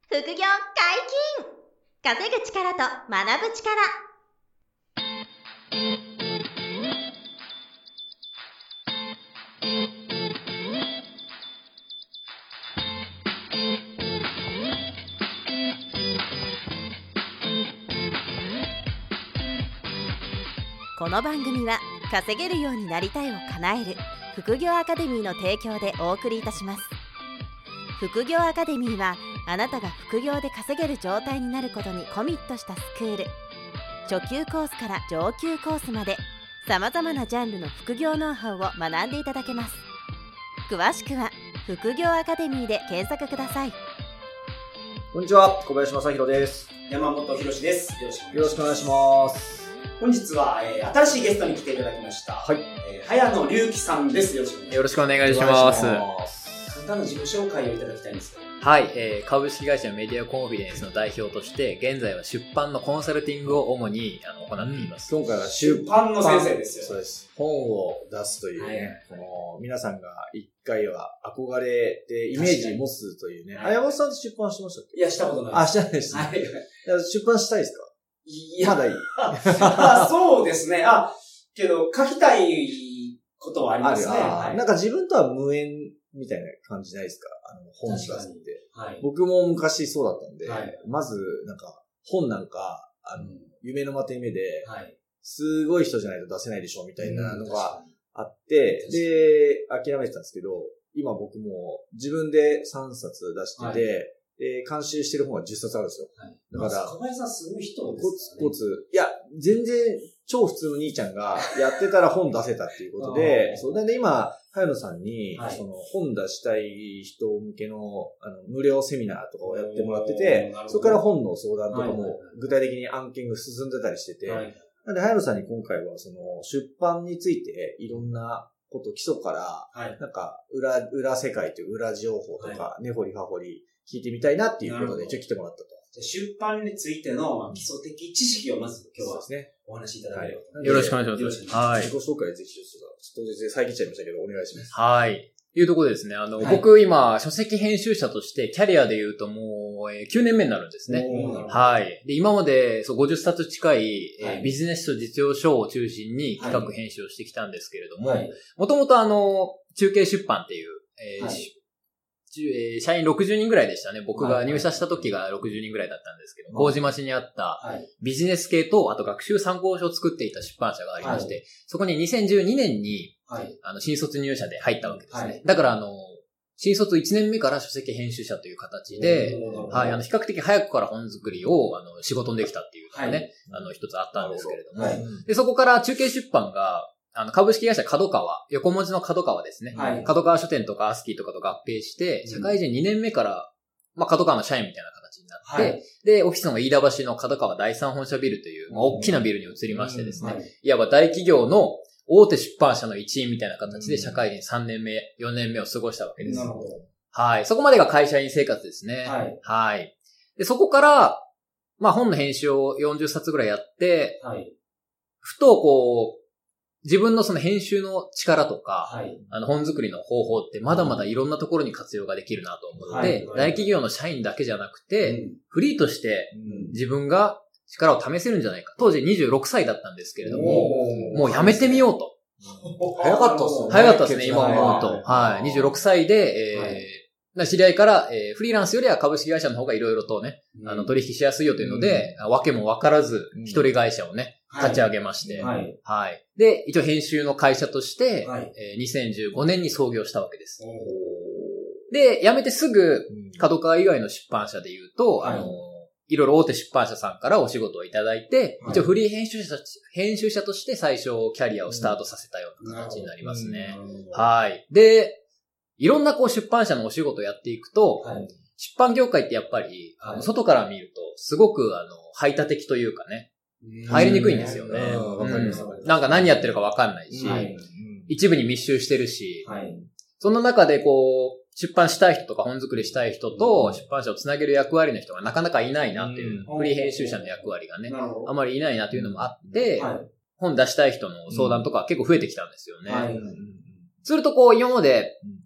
副業解禁！稼ぐ力と学ぶ力。この番組は稼げるようになりたいを叶える副業アカデミーの提供でお送りいたします。副業アカデミーはあなたが副業で稼げる状態になることにコミットしたスクール。初級コースから上級コースまでさまざまなジャンルの副業ノウハウを学んでいただけます。詳しくは副業アカデミーで検索ください。 こんにちは、小林正弘です。 山本博史です。よろしくお願いします。 本日は、新しいゲストに来ていただきました。はい。早野隆樹さんです。よろしくお願いします。 よろしくお願いします。 簡単な自己紹介をいただきたいんですけど。 はい、株式会社メディアコンフィデンスの代表として、現在は出版のコンサルティングを主に行っています。 今回は出版の先生ですよ。 そうです。本を出すというね、この皆さんが一回は憧れでイメージ持つというね。山本さんと出版しましたっけ？ いや、したことない。 あ、してないです。はい。出版したいですか？ いや、 まだいい。 そうですね。けど、書きたいことはありますね。 はい、なんか自分とは無縁みたいな感じないですか？本出すって。はい、僕も昔そうだったんで、はい、まず、なんか、本なんか、夢のまた夢で、はい、すごい人じゃないと出せないでしょみたいなのがあって、で、諦めてたんですけど、今僕も自分で3冊出してて、監修してる本が10冊あるんですよ。はい、だから、 小林さんすごい人ですね。コツ。いや、全然超普通の兄ちゃんがやってたら本出せたっていうことで、それで今、早野さんに、はい、その本出したい人向けの、無料セミナーとかをやってもらってて、そこから本の相談とかも具体的に案件が進んでたりしてて、はい、なんで早野さんに今回はその出版についていろんなこと、基礎から、はい、なんか裏世界という裏情報とか、根掘り葉掘り聞いてみたいなっていうことで、来てもらったと。 じゃ出版についての基礎的知識をまず今日はですね、お話しいただければと。 よろしくお願いします。 はい。自己紹介ぜひちょっと遮っちゃいましたけど、お願いします。 はい。いうところですね。僕今、書籍編集者として、キャリアで言うともう、9年目になるんですね。はい。で、今まで、50冊近い、ビジネス書実用書を中心に企画編集をしてきたんですけれども、もともと中継出版っていう、社員60人ぐらいでしたね。僕が入社した時が60人ぐらいだったんですけど、麹町にあったビジネス系と、あと学習参考書を作っていた出版社がありまして、そこに2012年に、新卒入社で入ったわけですね。だから新卒1年目から書籍編集者という形で、はい、比較的早くから本作りを、仕事にできたっていうのがね、一つあったんですけれども、で、そこから中継出版が、株式会社角川、横文字の角川ですね。角川書店とかアスキーとかと合併して、社会人2年目から、角川の社員みたいな形になって、で、オフィスの飯田橋の角川第三本社ビルという、大きなビルに移りましてですね、いわば大企業の大手出版社の一員みたいな形で社会人3年目、4年目を過ごしたわけです。なるほど。はい。そこまでが会社員生活ですね。はい。で、そこから、本の編集を40冊ぐらいやって、ふと自分のその編集の力とか、本作りの方法ってまだまだいろんなところに活用ができるなと思って、大企業の社員だけじゃなくて、フリーとして自分が力を試せるんじゃないか。当時26歳だったんですけれども、もうやめてみようと。 早かったっすね。 早かったですね、今思うと。はい。26歳で、知り合いから、フリーランスよりは株式会社の方がいろいろとね、取引しやすいよというので、わけもわからず、一人会社をね、立ち上げまして、はい。で、一応編集の会社として、2015年に創業したわけです。で、辞めてすぐ、角川以外の出版社で言うと、いろいろ大手出版社さんからお仕事をいただいて、一応フリー編集者として最初キャリアをスタートさせたような形になりますね。はい。で、いろんな出版社のお仕事をやっていくと、出版業界ってやっぱり、外から見ると、すごく排他的というかね、入りにくいんですよね。なんか何やってるかわかんないし、一部に密集してるし、その中で出版したい人とか本作りしたい人と出版社をつなげる役割の人がなかなかいないなっていう、フリー編集者の役割がね、あまりいないなというのもあって、本出したい人の相談とか結構増えてきたんですよね。すると今まで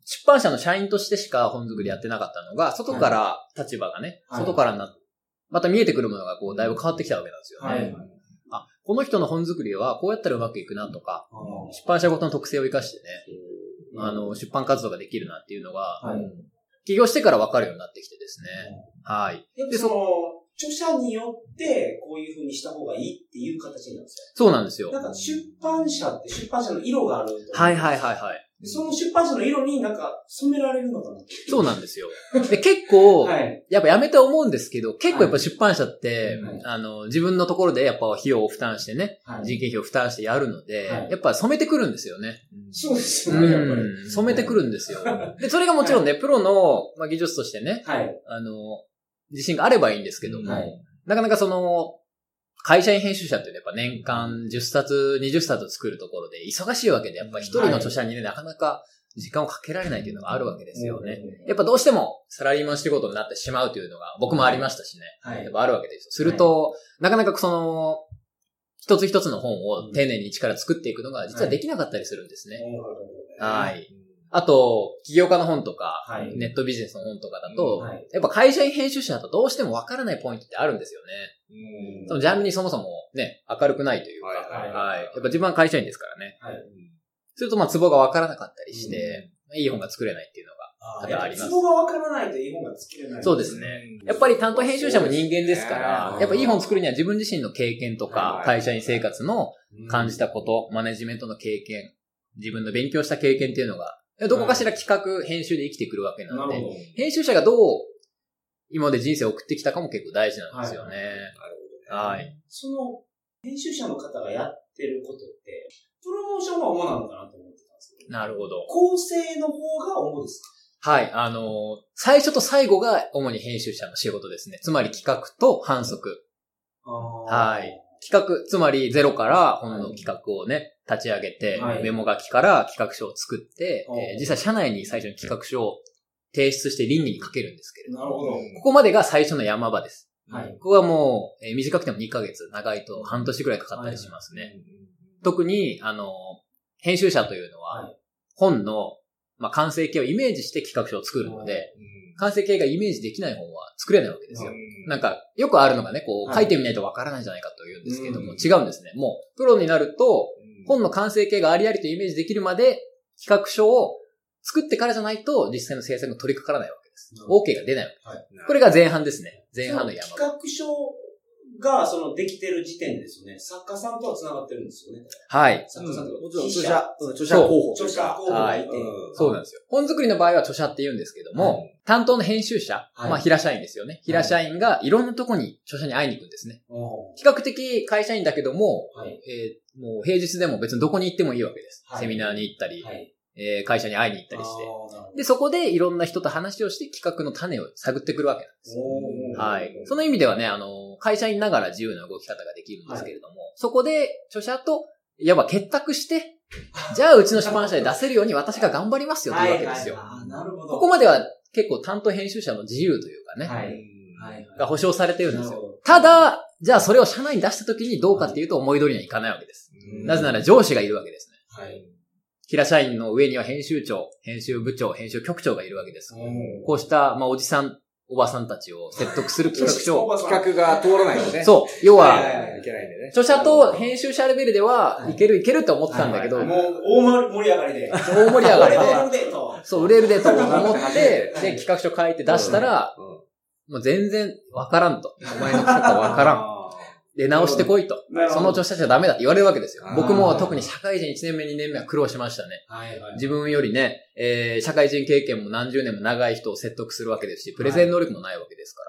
出版社の社員としてしか本作りやってなかったのが、外から立場がね、外からまた見えてくるものがこう、だいぶ変わってきたわけなんですよね。あ、この人の本作りはこうやったらうまくいくなとか、出版社ごとの特性を生かしてね、出版活動ができるなっていうのが、起業してから分かるようになってきてですね。はい。 で、著者によってこういう風にした方がいいっていう形になるんですよ。そうなんですよ。 なんか出版社って出版社の色があると。 はいはいはいはい。 その出版社の色になんか染められるのかな。 そうなんですよ。で、結構、やっぱやめて思うんですけど、結構やっぱ出版社って、自分のところでやっぱ費用を負担してね、人件費を負担してやるので、やっぱ染めてくるんですよね。 そうですよね。 染めてくるんですよ。で、それがもちろんね、プロの技術としてね、自信があればいいんですけども、なかなか会社員編集者ってやっぱ年間10冊、20冊作るところで忙しいわけで、やっぱ一人の著者にね、なかなか時間をかけられないというのがあるわけですよね。やっぱどうしてもサラリーマン仕事になってしまうというのが僕もありましたしね。やっぱあるわけですよ。すると、なかなか一つ一つの本を丁寧に一から作っていくのが実はできなかったりするんですね。はい。あと、起業家の本とか、ネットビジネスの本とかだと、やっぱ会社員編集者だとどうしてもわからないポイントってあるんですよね。そのジャンルにそもそもね、明るくないというか、はい。やっぱ自分は会社員ですからね。するとツボがわからなかったりして、いい本が作れないっていうのが多々あります。 ツボがわからないといい本が作れない。 そうですね。やっぱり担当編集者も人間ですから、やっぱいい本作るには自分自身の経験とか、会社員生活の感じたこと、マネジメントの経験、自分の勉強した経験っていうのが、どこかしら企画、編集で生きてくるわけなので、編集者がどう今まで人生を送ってきたかも結構大事なんですよね。はい。 その、編集者の方がやってることって、プロモーションが主なのかなと思ってたんですけど。 なるほど。 構成の方が主ですか？はい。最初と最後が主に編集者の仕事ですね。つまり企画と反則。はい。企画、つまりゼロから本の企画をね、立ち上げて、メモ書きから企画書を作って、実際社内に最初に企画書を提出して倫理に書けるんですけれども、ここまでが最初の山場です。ここはもう、短くても2ヶ月、長いと半年くらいかかったりしますね。特に、編集者というのは、本の、完成形をイメージして企画書を作るので、完成形がイメージできない本は作れないわけですよ。なんか、よくあるのがね、書いてみないとわからないんじゃないかというんですけれども、違うんですね。もう、プロになると、本の完成形がありありとイメージできるまで、企画書を作ってからじゃないと、実際の制作に取り掛からないわけです。OK が出ないわけです。これが前半ですね。前半の山場。 企画書が、できてる時点ですよね。作家さんとは繋がってるんですよね。 はい。 作家さんともちろん著者候補とか。 はい。そうなんですよ。本作りの場合は著者って言うんですけども、担当の編集者、平社員ですよね。平社員がいろんなとこに著者に会いに行くんですね。比較的会社員だけども、もう平日でも別にどこに行ってもいいわけです。セミナーに行ったり、会社に会いに行ったりして。で、そこでいろんな人と話をして企画の種を探ってくるわけなんですよ。はい。その意味ではね、会社員ながら自由な動き方ができるんですけれども、そこで著者と、いわば結託して、じゃあうちの出版社で出せるように私が頑張りますよというわけですよ。 なるほど。 ここまでは結構担当編集者の自由というかね、が保障されてるんですよ。ただ、じゃあそれを社内に出した時にどうかっていうと思い通りにはいかないわけです。なぜなら上司がいるわけですね。平社員の上には編集長、編集部長、編集局長がいるわけです。こうした、おじさん、おばさんたちを説得する企画書。 企画が通らないとね。 そう。要は、著者と編集者レベルでは、いけるって思ってたんだけど。 もう、大盛り上がりで。 大盛り上がりで。そう、売れるでと思って、で、企画書書いて出したら、もう全然わからんと。お前の企画はわからん。で、直してこいと。その著者じゃダメだって言われるわけですよ。僕も特に社会人1年目、2年目は苦労しましたね。自分よりね、社会人経験も何十年も長い人を説得するわけですし、プレゼン能力もないわけですから。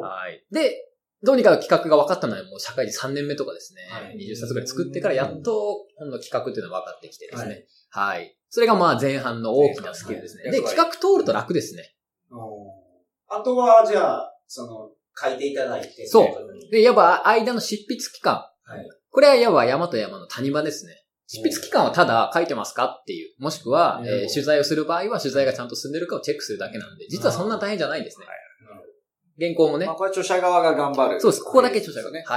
はい。で、どうにか企画が分かったのはもう社会人3年目とかですね。20冊ぐらい作ってからやっと本の企画っていうのが分かってきてですね。はい。それが前半の大きなスキルですね。で、企画通ると楽ですね。 あとは、じゃあ、書いていただいて。 そう。で、いわば間の執筆期間。これはいわば山と山の谷間ですね。執筆期間はただ書いてますかっていう。もしくは、取材をする場合は取材がちゃんと進んでるかをチェックするだけなんで、実はそんな大変じゃないんですね。原稿もね。 これ著者側が頑張る。 そうです。ここだけ著者がね。はい。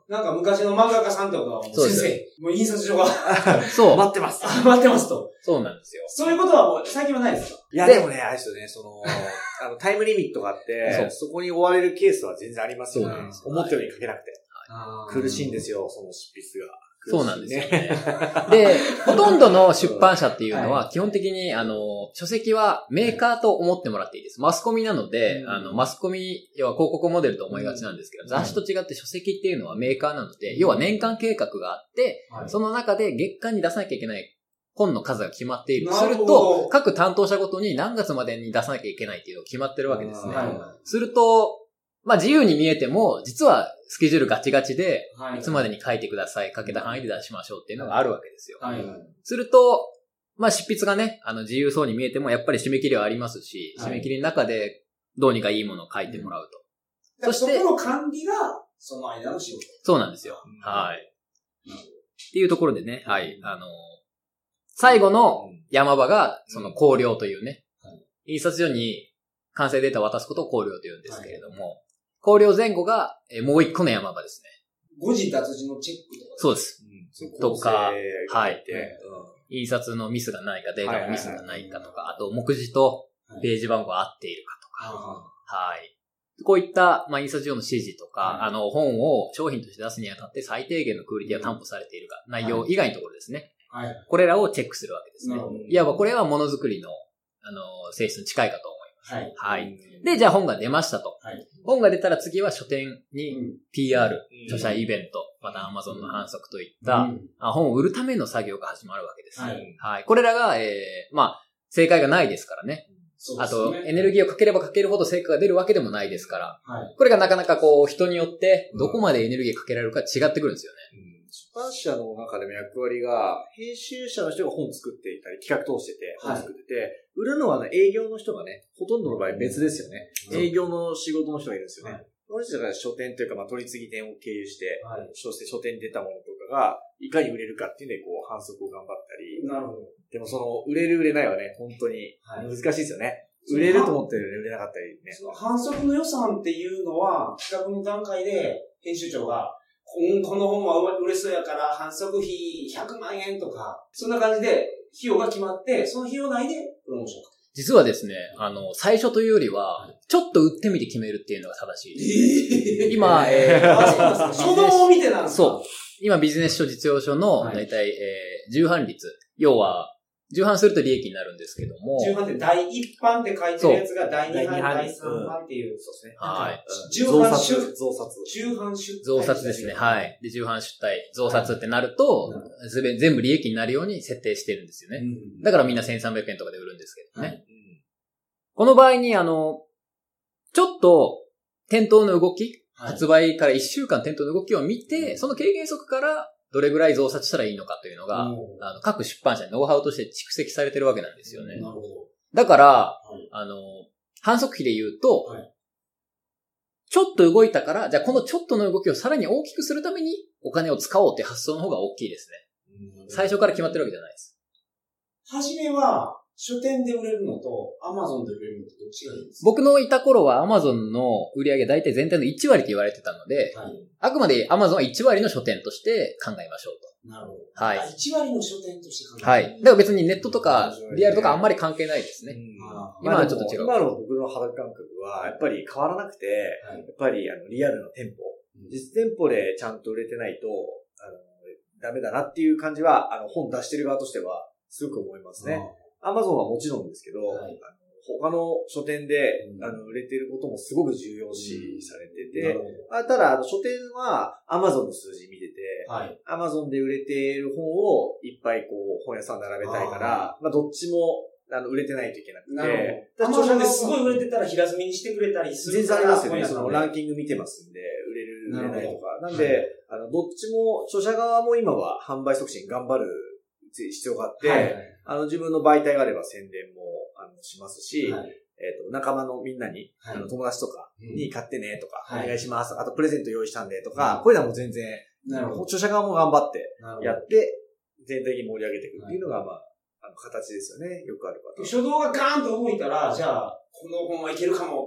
なんか昔の漫画家さんとかは、先生、もう印刷所が、 そう。 待ってます。 待ってますと。 そうなんですよ。 そういうことはもう最近はないですか？ いや、でもね、あれですよね、タイムリミットがあって、そこに追われるケースは全然ありますよね。思ったように書けなくて。苦しいんですよ、その執筆が。 そうなんですよね。で、ほとんどの出版社っていうのは、基本的に、書籍はメーカーと思ってもらっていいです。マスコミなので、マスコミ、要は広告モデルと思いがちなんですけど、雑誌と違って書籍っていうのはメーカーなので、要は年間計画があって、その中で月間に出さなきゃいけない本の数が決まっている。すると、各担当者ごとに何月までに出さなきゃいけないっていうのが決まってるわけですね。すると、自由に見えても、実はスケジュールガチガチで、いつまでに書いてください、書けた範囲で出しましょうっていうのがあるわけですよ。すると、執筆がね、自由そうに見えても、やっぱり締め切りはありますし、締め切りの中でどうにかいいものを書いてもらうと。 そして、そこの管理が、その間の仕事。 そうなんですよ。はい。っていうところでね、はい。最後の山場が、その考慮というね、印刷所に完成データを渡すことを考慮というんですけれども、考慮前後が、もう一個の山場ですね。 誤字脱字のチェックとか。 そうです。とか、はい。印刷のミスがないか、データのミスがないかとか、あと目次とページ番号が合っているかとか、はい。こういった、印刷上の指示とか、本を商品として出すにあたって最低限のクオリティが担保されているか、内容以外のところですね。これらをチェックするわけですね。いわばこれはものづくりの、性質に近いかと思います。はい。で、じゃあ本が出ましたと。本が出たら次は書店に PR、著者イベント、また Amazon の販促といった本を売るための作業が始まるわけです。はい。これらが、正解がないですからね。あと、エネルギーをかければかけるほど成果が出るわけでもないですから。これがなかなか人によってどこまでエネルギーかけられるか違ってくるんですよね。 出版社の中でも役割が、編集者の人が本作っていたり、企画通してて、本作ってて、売るのは営業の人がね、ほとんどの場合別ですよね。営業の仕事の人がいるんですよね。この人が書店というか、取り次ぎ店を経由して、そして書店に出たものとかが、いかに売れるかっていうので、販促を頑張ったり。 なるほど。 でも売れる売れないはね、本当に難しいですよね。売れると思ってるのに売れなかったりね。 その販促の予算っていうのは、企画の段階で編集長が、この本は売れそうやから販促費100万円とか、そんな感じで費用が決まって、その費用内でプロモーション。 実はですね、最初というよりは、ちょっと売ってみて決めるっていうのが正しい。今、 書道を見てなんですか？ そう。今ビジネス書実用書のだいたい重版率。要は、重版すると利益になるんですけども。 重版って第1版って書いてるやつが第2版、第3版っていう。 そうですね。 はい。 重版出。 重版出。 増刷ですね。はい。で、重版出退、増刷ってなると、全部利益になるように設定してるんですよね。だからみんな1300円とかで売るんですけどね。この場合に、ちょっと、店頭の動き、発売から1週間店頭の動きを見て、その経験則から、どれぐらい増刷したらいいのかというのが、各出版社にノウハウとして蓄積されてるわけなんですよね。 なるほど。 だから、販促費で言うと、ちょっと動いたから、じゃあこのちょっとの動きをさらに大きくするためにお金を使おうっていう発想の方が大きいですね。最初から決まってるわけじゃないです。 はじめは、書店で売れるのと、Amazon で売れるのとどっちがいいんですか？ 僕のいた頃は Amazon の売り上げ大体全体の1割と言われてたので、あくまで Amazon は1割の書店として考えましょうと。 なるほど。 はい。 1割の書店として考えはい。だから別にネットとかリアルとかあんまり関係ないですね。 今はちょっと違う。今の僕の肌感覚は、やっぱり変わらなくて、やっぱりリアルの店舗、実店舗でちゃんと売れてないと、ダメだなっていう感じは、本出してる側としては、すごく思いますね。アマゾンはもちろんですけど、他の書店で、売れてることもすごく重要視されてて、ただ、書店はアマゾンの数字見てて、アマゾンで売れている本をいっぱい本屋さん並べたいから、どっちも、売れてないといけなくて。 アマゾンですごい売れてたら平積みにしてくれたりする。 全然ありますよね。ランキング見てますんで、売れる、売れないとか。なんで、どっちも、著者側も今は販売促進頑張る必要があって、自分の媒体があれば宣伝も、しますし、仲間のみんなに、友達とかに買ってねとか、お願いします。あとプレゼント用意したんでとか、こういうのはもう全然、著者側も頑張ってやって、全体的に盛り上げていくっていうのが、形ですよね。よくあるパターン。 初動がガーンと動いたら、じゃあ、この本はいけるかも。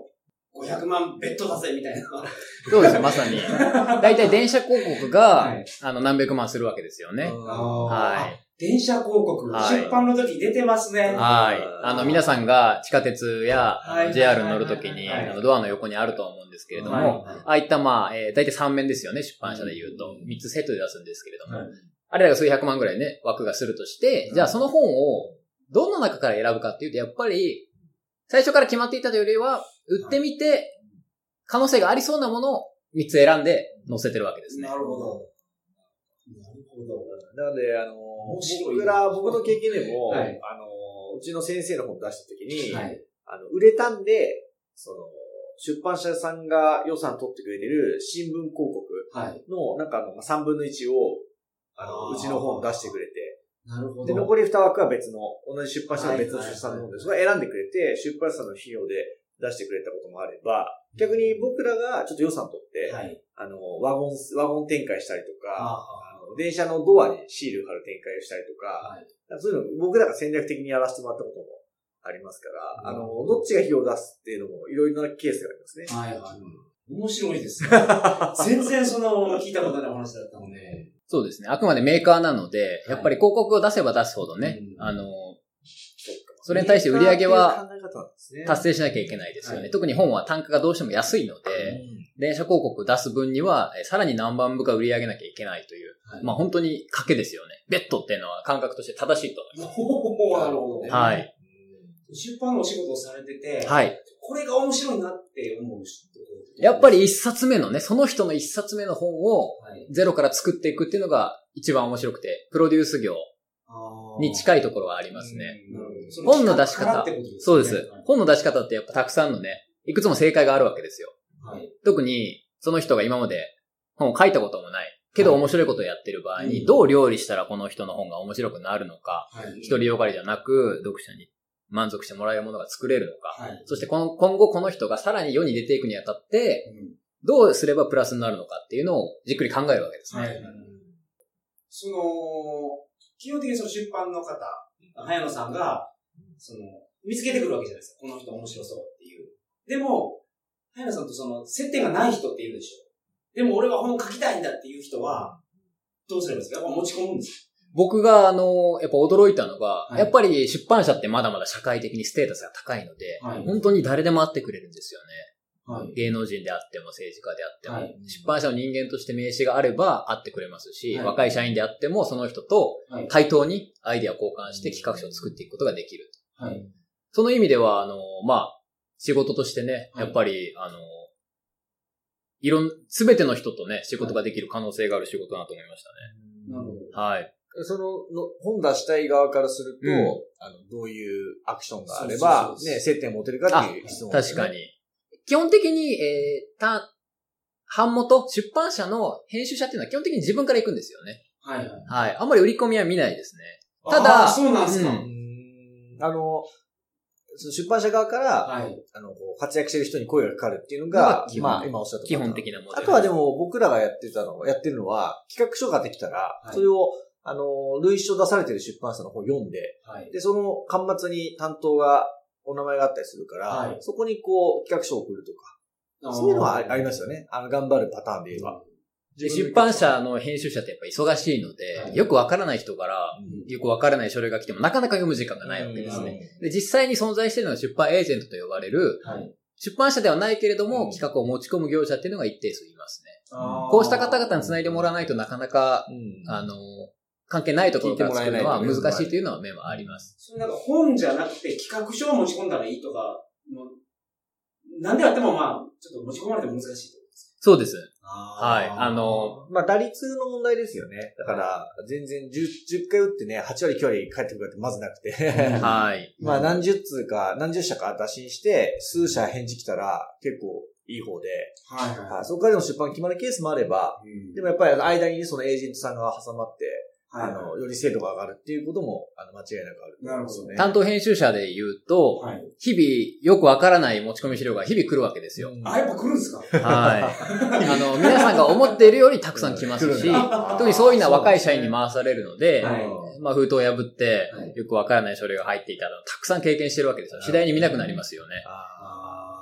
500万ベッドだぜみたいな。 そうですよ、まさに。だいたい電車広告が、何百万するわけですよね。はい。 電車広告、出版の時出てますね。 はい。皆さんが地下鉄や JR に乗る時に、ドアの横にあると思うんですけれども、ああいっただいたい3面ですよね、出版社で言うと。3つセットで出すんですけれども、あれらが数百万ぐらいね、枠がするとして、じゃあその本をどんな中から選ぶかっていうと、やっぱり、最初から決まっていたというよりは、売ってみて、可能性がありそうなものを3つ選んで載せてるわけですね。 なるほど。 なので、僕の経験でも、うちの先生の本出した時に、売れたんで、出版社さんが予算取ってくれてる新聞広告の、3分の1を、うちの本出してくれて、 なるほど。 で、残り2枠は別の、同じ出版社の別の出版の本で、それを選んでくれて、出版社さんの費用で出してくれたこともあれば、逆に僕らがちょっと予算取って、ワゴン展開したりとか、電車のドアにシール貼る展開をしたりとか、そういうの僕らが戦略的にやらせてもらったこともありますから、どっちが費用を出すっていうのもいろいろなケースがありますね。 面白いですね。全然聞いたことない話だったので。 そうですね。あくまでメーカーなので、やっぱり広告を出せば出すほどね、それに対して売り上げは達成しなきゃいけないですよね。特に本は単価がどうしても安いので、電車広告出す分には、さらに何万部か売り上げなきゃいけないという、本当に賭けですよね。ベッドっていうのは感覚として正しいと思います。 なるほど。 はい。 出版のお仕事をされてて、これが面白いなって思う人。 やっぱり一冊目のね、その人の一冊目の本をゼロから作っていくっていうのが一番面白くて、プロデュース業に近いところはありますね。本の出し方。そうです。本の出し方ってやっぱたくさんのね、いくつも正解があるわけですよ。特にその人が今まで本を書いたこともない。けど面白いことをやってる場合に、どう料理したらこの人の本が面白くなるのか、一人よがりじゃなく読者に満足してもらえるものが作れるのか、そして今後この人がさらに世に出ていくにあたって、どうすればプラスになるのかっていうのをじっくり考えるわけですね。 基本的に出版の方、早野さんが、見つけてくるわけじゃないですか。この人面白そうっていう。でも、早野さんと接点がない人っているでしょ。でも俺は本書きたいんだっていう人は、どうすればいいですか？やっぱ持ち込むんですか？ 僕がやっぱ驚いたのが、やっぱり出版社ってまだまだ社会的にステータスが高いので、本当に誰でも会ってくれるんですよね。芸能人であっても政治家であっても、出版社の人間として名刺があれば会ってくれますし、若い社員であってもその人と対等にアイデアを交換して企画書を作っていくことができる。その意味では、仕事としてね、やっぱり、すべての人とね、仕事ができる可能性がある仕事だと思いましたね。 なるほど。 はい。 本出したい側からすると、どういうアクションがあれば、ね、接点を持てるかっていう質問、ね。 確かに。基本的に、版元、出版社の編集者っていうのは基本的に自分から行くんですよね。はい。あんまり売り込みは見ないですね。ただ、 そうなんですか。 出版社側から、活躍してる人に声がかかるっていうのが、今おっしゃった基本的なモデル。 あとはでも僕らがやってるのは、企画書ができたら、それを、類書出されてる出版社の方を読んで、で、その巻末に担当が、お名前があったりするから、そこに企画書を送るとか、そういうのはありますよね。頑張るパターンで言えば。 出版社の編集者ってやっぱ忙しいので、よくわからない人から、よくわからない書類が来てもなかなか読む時間がないわけですね。で、実際に存在しているのが出版エージェントと呼ばれる、出版社ではないけれども、企画を持ち込む業者っていうのが一定数いますね。こうした方々に繋いでもらわないとなかなか、関係ないところから作るのは難しいというのは面はあります。 それ本じゃなくて企画書を持ち込んだらいいとか、なんであってもちょっと持ち込まれても難しい。 そうです。はい。 打率の問題ですよね。だから、全然10回打ってね、8割9割返ってくるってまずなくて。 はい。 何十社か打診して、数社返事来たら結構いい方で、そこからでも出版決まるケースもあれば、でもやっぱり間にそのエージェントさんが挟まって、より精度が上がるっていうことも、間違いなくある。 なるほどね。 担当編集者で言うと、日々よくわからない持ち込み資料が日々来るわけですよ。 やっぱ来るんですか？ はい。皆さんが思っているよりたくさん来ますし、特にそういうのは若い社員に回されるので、封筒を破って、よくわからない書類が入っていたら、たくさん経験してるわけですよ。次第に見なくなりますよね。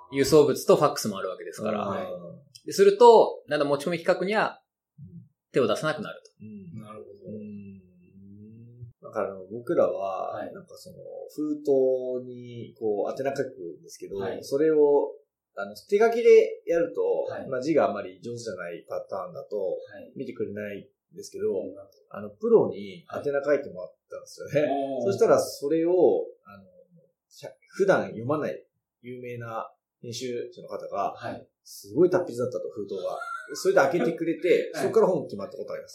郵送物とファックスもあるわけですから。ですると、持ち込み企画には手を出さなくなると。 なるほど。 だから僕らは、なんかその、封筒にこう、宛名書くんですけど、それを、手書きでやると、字があまり上手じゃないパターンだと、見てくれないんですけど、プロに宛名書いてもらったんですよね。そしたらそれを、普段読まない有名な編集者の方が、すごい達筆だったと、封筒が。それで開けてくれて、そこから本決まったことあります。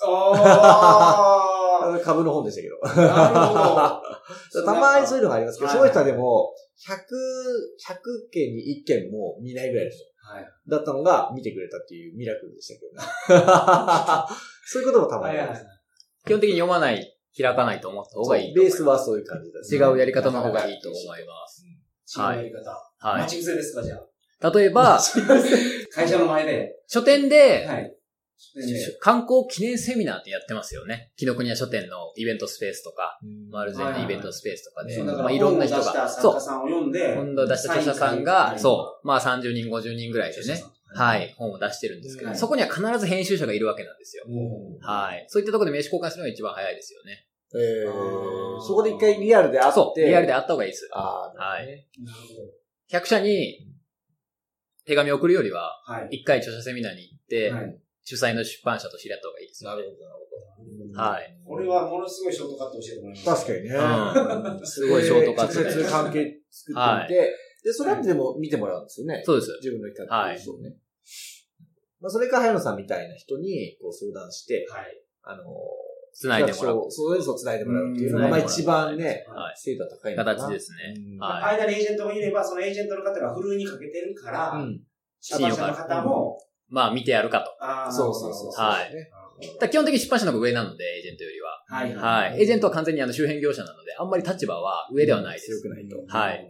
株の本でしたけど。 なるほど。 たまにそういうのがありますけど、その人はでも、100件に1件も見ないぐらいですよ。だったのが見てくれたっていうミラクルでしたけどね。そういうこともたまにあります。 基本的に読まない、開かないと思った方がいい。 ベースはそういう感じです。 違うやり方の方がいいと思います。 違うやり方。待ち伏せですか、じゃあ。 例えば、 会社の前で。 書店で、観光記念セミナーってやってますよね。紀ノ国屋書店のイベントスペースとか、マルゼンのイベントスペースとかで、いろんな人が、 作家さんを読んで、 本を出した著者さんが、30人、50人ぐらいでね、本を出してるんですけど、そこには必ず編集者がいるわけなんですよ。そういったところで名刺交換するのが一番早いですよね。 そこで一回リアルで会って。 そう、リアルで会った方がいいです。100社に手紙を送るよりは、一回著者セミナーに行って、主催の出版社と知り合った方がいいですよね。 なるほど、なるほこど。 れはものすごいショートカットを教えてもらいました。 確かにね。 すごいショートカットで。 直接関係作ってみて、で、それはでも見てもらうんですよね。 そうです。 自分の企画そうね。それか、早野さんみたいな人にこう相談して、 繋いでもらう。 そういうのを繋いでもらうっていうのが一番ね、精度高い形ですね。 間にエージェントがいれば、そのエージェントの方がふるいにかけてるから、出版社の方も、 見てやるかと。 そう。 基本的に出版社の方が上なので、エージェントよりは。エージェントは完全に周辺業者なので、あんまり立場は上ではないです。 強くないと。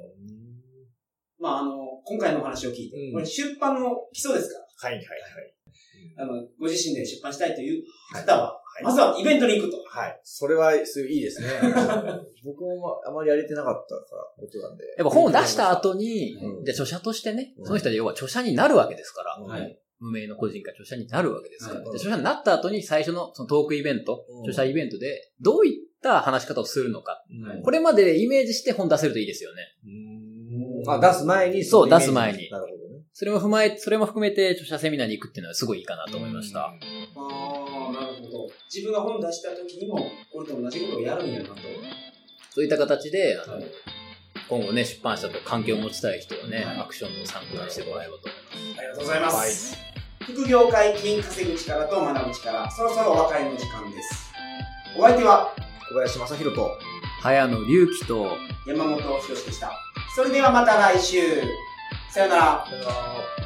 今回のお話を聞いて、これ出版の基礎ですかご自身で出版したいという方は、まずはイベントに行くと。 それはいいですね。僕もあまりやれてなかったことなんで。 やっぱ本を出した後に、じゃあ著者としてね、その人は要は著者になるわけですから。無名の個人が著者になるわけですから。著者になった後に最初のそのトークイベント、著者イベントでどういった話し方をするのか。これまでイメージして本出せるといいですよね。 出す前にそう、出す前に。 なるほどね。 それも含めて著者セミナーに行くっていうのはすごいいいかなと思いました。 なるほど。自分が本出した時にも、これと同じことをやるんやなと。 そういった形で、今後ね、出版社と関係を持ちたい人はね、アクションの参考にしてもらえればと思います。 ありがとうございます。副業界金稼ぐ力と学ぶ力、そろそろお別れの時間です。お相手は、 小林正弘と、 早野隆起と、 山本博史でした。それではまた来週。さよなら。